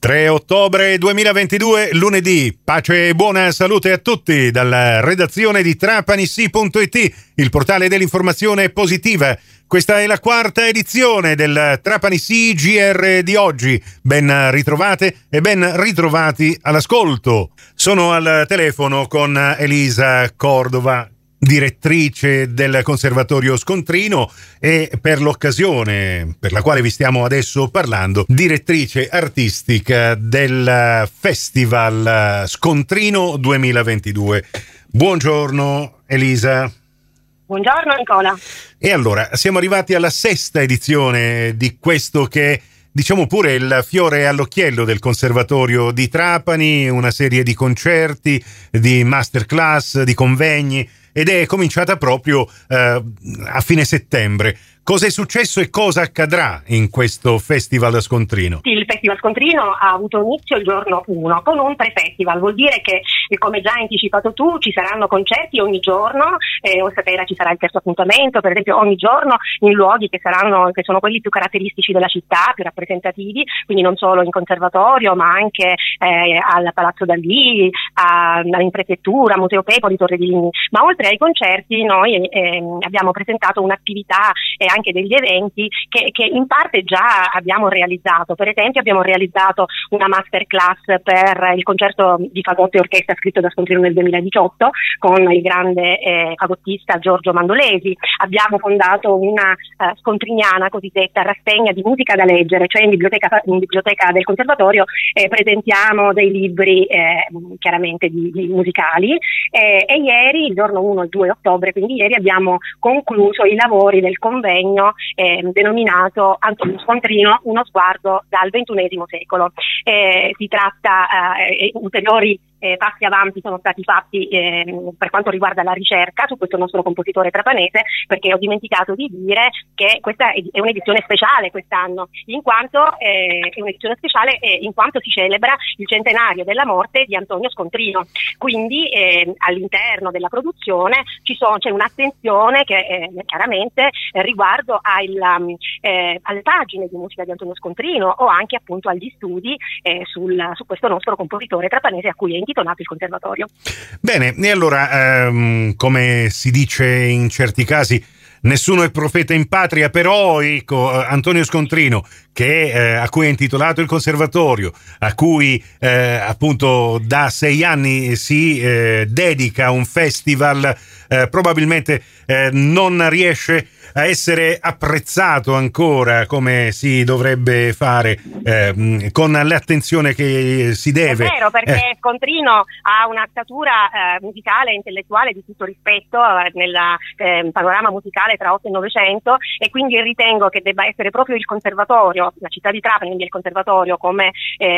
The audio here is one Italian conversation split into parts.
3 ottobre 2022, lunedì. Pace e buona salute a tutti dalla redazione di TrapaniSì.it, il portale dell'informazione positiva. Questa è la quarta edizione del Trapani Sì GR di oggi. Ben ritrovate e ben ritrovati all'ascolto. Sono al telefono con Elisa Cordova, direttrice del Conservatorio Scontrino e per l'occasione per la quale vi stiamo adesso parlando, direttrice artistica del Festival Scontrino 2022. Buongiorno Elisa. Buongiorno Nicola. E allora, siamo arrivati alla sesta edizione di questo che diciamo pure il fiore all'occhiello del Conservatorio di Trapani, una serie di concerti, di masterclass, di convegni, ed è cominciata proprio a fine settembre. Cosa è successo e cosa accadrà in questo Festival Scontrino? Sì, il Festival Scontrino ha avuto inizio il giorno 1 con un pre-festival, vuol dire che, come già hai anticipato tu, ci saranno concerti ogni giorno, stasera ci sarà il terzo appuntamento, per esempio ogni giorno in luoghi che sono quelli più caratteristici della città, più rappresentativi, quindi non solo in conservatorio ma anche al Palazzo Dalì, in prefettura, Museo Pepoli, Torre di Ligny. Ma oltre ai concerti noi abbiamo presentato un'attività e anche degli eventi che in parte già abbiamo realizzato. Per esempio abbiamo realizzato una masterclass per il concerto di fagotto e orchestra scritto da Scontrino nel 2018 con il grande fagottista Giorgio Mandolesi. Abbiamo fondato una scontriniana cosiddetta rassegna di musica da leggere, cioè in biblioteca del Conservatorio presentiamo dei libri chiaramente di musicali e ieri, il giorno 1 e 2 ottobre, quindi ieri abbiamo concluso i lavori del convegno denominato Antonio Scontrino, uno sguardo dal XXI secolo. Si tratta ulteriori passi avanti sono stati fatti per quanto riguarda la ricerca su questo nostro compositore trapanese, perché ho dimenticato di dire che questa è un'edizione speciale quest'anno, in quanto si celebra il centenario della morte di Antonio Scontrino. Quindi all'interno della produzione c'è un'attenzione che chiaramente riguardo alle pagine di musica di Antonio Scontrino o anche appunto agli studi su questo nostro compositore trapanese a cui è intitolato il Conservatorio. Bene, e allora come si dice in certi casi, nessuno è profeta in patria, però ecco, Antonio Scontrino, a cui è intitolato il Conservatorio, a cui appunto da 6 anni si dedica un festival, probabilmente non riesce a essere apprezzato ancora come si dovrebbe fare, con l'attenzione che si deve. È vero, perché Scontrino ha una statura musicale e intellettuale di tutto rispetto nel panorama musicale tra 8 e 900, e quindi ritengo che debba essere proprio il Conservatorio, la città di Trapani, quindi il Conservatorio come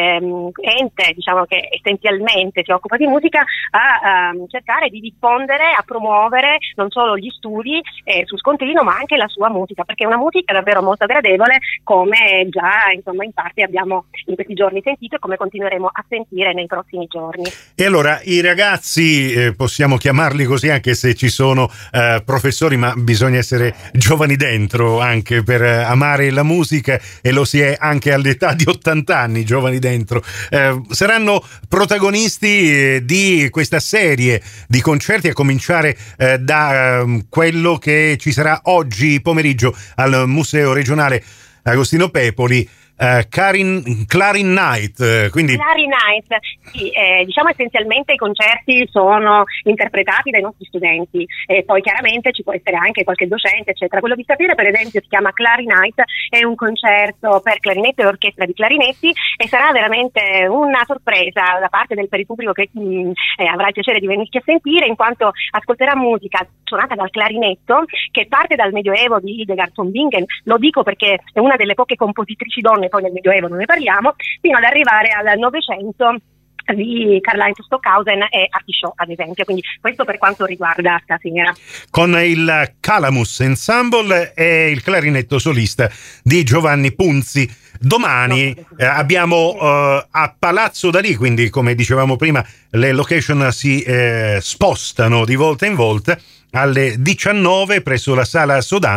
ente, diciamo, che essenzialmente si occupa di musica, a cercare di diffondere, a promuovere non solo gli studi su Scontrino ma anche la sua musica, perché è una musica davvero molto gradevole, come già in parte abbiamo in questi giorni sentito e come continueremo a sentire nei prossimi giorni. E allora i ragazzi, possiamo chiamarli così anche se ci sono professori, ma bisogna essere giovani dentro anche per amare la musica, e lo si è anche all'età di 80 anni giovani dentro. Saranno protagonisti di questa serie di concerti, a cominciare da quello che ci sarà oggi pomeriggio al Museo Regionale Agostino Pepoli, Clarin Night. Quindi Clarin Night, sì, diciamo essenzialmente i concerti sono interpretati dai nostri studenti, e poi chiaramente ci può essere anche qualche docente eccetera. Quello di stasera per esempio si chiama Clarin Night, è un concerto per clarinetto e orchestra di clarinetti, e sarà veramente una sorpresa da parte del pubblico che avrà il piacere di venirci a sentire, in quanto ascolterà musica suonata dal clarinetto che parte dal Medioevo di Hildegard von Bingen. Lo dico perché è una delle poche compositrici donne, poi nel Medioevo non ne parliamo, fino ad arrivare al Novecento di Karl-Heinz Stockhausen e Artichaut ad esempio. Quindi questo per quanto riguarda stasera. Con il Calamus Ensemble e il clarinetto solista di Giovanni Punzi. Domani abbiamo a Palazzo Dalì, quindi come dicevamo prima le location si spostano di volta in volta. Alle 19 presso la Sala Sodano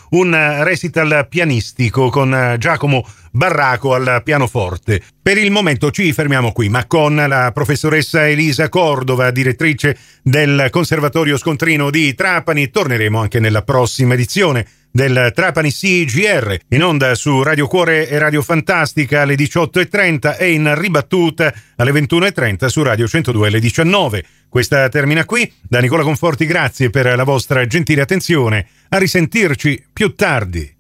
un recital pianistico con Giacomo Barraco al pianoforte. Per il momento ci fermiamo qui, ma con la professoressa Elisa Cordova, direttrice del Conservatorio Scontrino di Trapani, torneremo anche nella prossima edizione del Trapani CGR, in onda su Radio Cuore e Radio Fantastica alle 18.30 e in ribattuta alle 21.30 su Radio 102 alle 19. Questa termina qui. Da Nicola Conforti grazie per la vostra gentile attenzione. A risentirci più tardi.